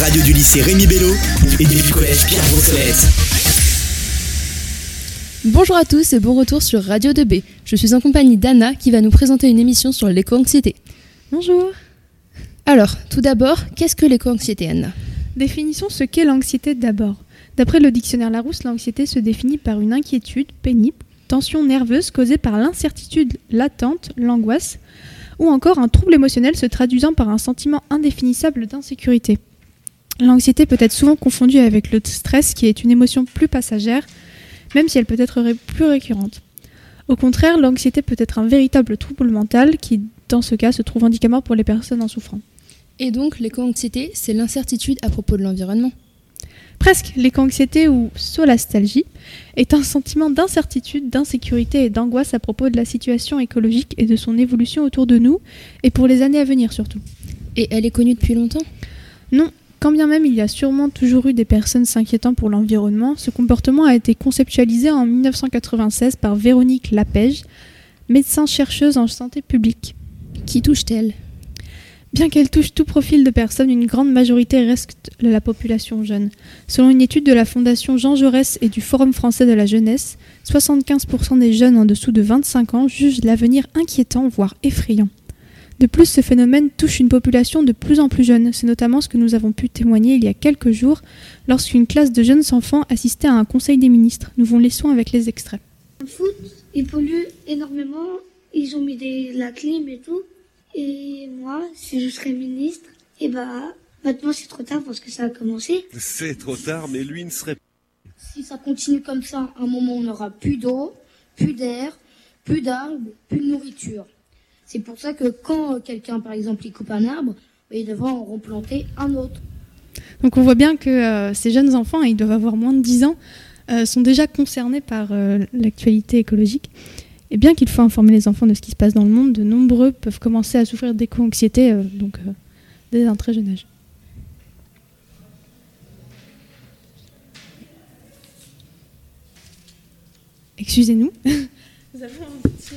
radio du lycée Rémi Bello et du collège Pierre Brossolette. Bonjour à tous et bon retour sur Radio 2B. Je suis en compagnie d'Anna qui va nous présenter une émission sur l'éco-anxiété. Bonjour. Alors, tout d'abord, qu'est-ce que l'éco-anxiété, Anna ? Définissons ce qu'est l'anxiété d'abord. D'après le dictionnaire Larousse, l'anxiété se définit par une inquiétude pénible, tension nerveuse causée par l'incertitude latente, l'angoisse, ou encore un trouble émotionnel se traduisant par un sentiment indéfinissable d'insécurité. L'anxiété peut être souvent confondue avec le stress qui est une émotion plus passagère, même si elle peut être plus récurrente. Au contraire, l'anxiété peut être un véritable trouble mental qui, dans ce cas, se trouve handicapant pour les personnes en souffrant. Et donc, l'éco-anxiété, c'est l'incertitude à propos de l'environnement ? Presque. L'éco-anxiété ou solastalgie est un sentiment d'incertitude, d'insécurité et d'angoisse à propos de la situation écologique et de son évolution autour de nous, et pour les années à venir surtout. Et elle est connue depuis longtemps ? Non. Quand bien même il y a sûrement toujours eu des personnes s'inquiétant pour l'environnement, ce comportement a été conceptualisé en 1996 par Véronique Lapège, médecin-chercheuse en santé publique. Qui touche-t-elle ? Bien qu'elle touche tout profil de personnes, une grande majorité reste la population jeune. Selon une étude de la Fondation Jean Jaurès et du Forum français de la jeunesse, 75% des jeunes en dessous de 25 ans jugent l'avenir inquiétant, voire effrayant. De plus, ce phénomène touche une population de plus en plus jeune. C'est notamment ce que nous avons pu témoigner il y a quelques jours lorsqu'une classe de jeunes enfants assistait à un conseil des ministres. Nous vous laissons avec les extraits. Le foot, ils polluent énormément. Ils ont mis la clim et tout. Et moi, si je serais ministre, maintenant c'est trop tard parce que ça a commencé. C'est trop tard, mais lui ne serait pas. Si ça continue comme ça, à un moment on n'aura plus d'eau, plus d'air, plus d'arbres, plus de nourriture. C'est pour ça que quand quelqu'un, par exemple, il coupe un arbre, il devra en replanter un autre. Donc on voit bien que ces jeunes enfants, ils doivent avoir moins de 10 ans, sont déjà concernés par l'actualité écologique. Et bien qu'il faut informer les enfants de ce qui se passe dans le monde, de nombreux peuvent commencer à souffrir d'éco-anxiété dès un très jeune âge. Excusez-nous. Nous avons un petit...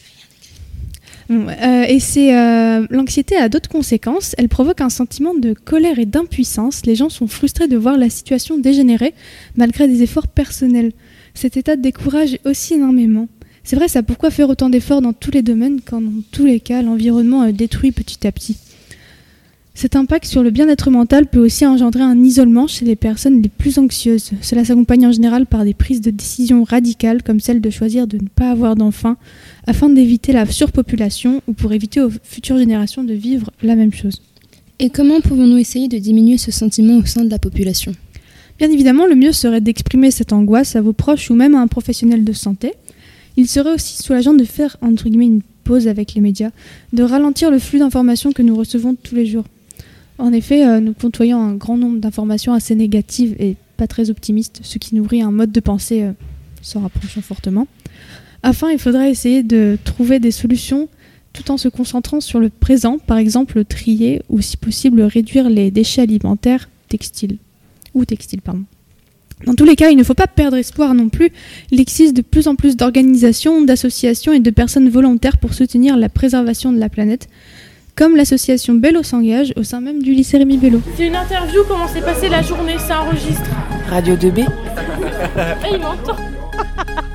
l'anxiété a d'autres conséquences. Elle provoque un sentiment de colère et d'impuissance. Les gens sont frustrés de voir la situation dégénérer malgré des efforts personnels. Cet état décourage aussi énormément. C'est vrai, ça pourquoi faire autant d'efforts dans tous les domaines quand dans tous les cas l'environnement est détruit petit à petit. Cet impact sur le bien-être mental peut aussi engendrer un isolement chez les personnes les plus anxieuses. Cela s'accompagne en général par des prises de décisions radicales comme celle de choisir de ne pas avoir d'enfants afin d'éviter la surpopulation ou pour éviter aux futures générations de vivre la même chose. Et comment pouvons-nous essayer de diminuer ce sentiment au sein de la population ? Bien évidemment, le mieux serait d'exprimer cette angoisse à vos proches ou même à un professionnel de santé. Il serait aussi soulageant de faire, entre guillemets, une pause avec les médias, de ralentir le flux d'informations que nous recevons tous les jours. En effet, nous côtoyons un grand nombre d'informations assez négatives et pas très optimistes, ce qui nourrit un mode de pensée s'en rapprochant fortement. Il faudrait essayer de trouver des solutions tout en se concentrant sur le présent, par exemple trier ou si possible réduire les déchets alimentaires textiles. Dans tous les cas, il ne faut pas perdre espoir non plus. Il existe de plus en plus d'organisations, d'associations et de personnes volontaires pour soutenir la préservation de la planète, comme l'association Bello s'engage au sein même du lycée Rémi Bello. C'est une interview, comment s'est passée la journée, ça enregistre. Radio 2B. Il m'entend.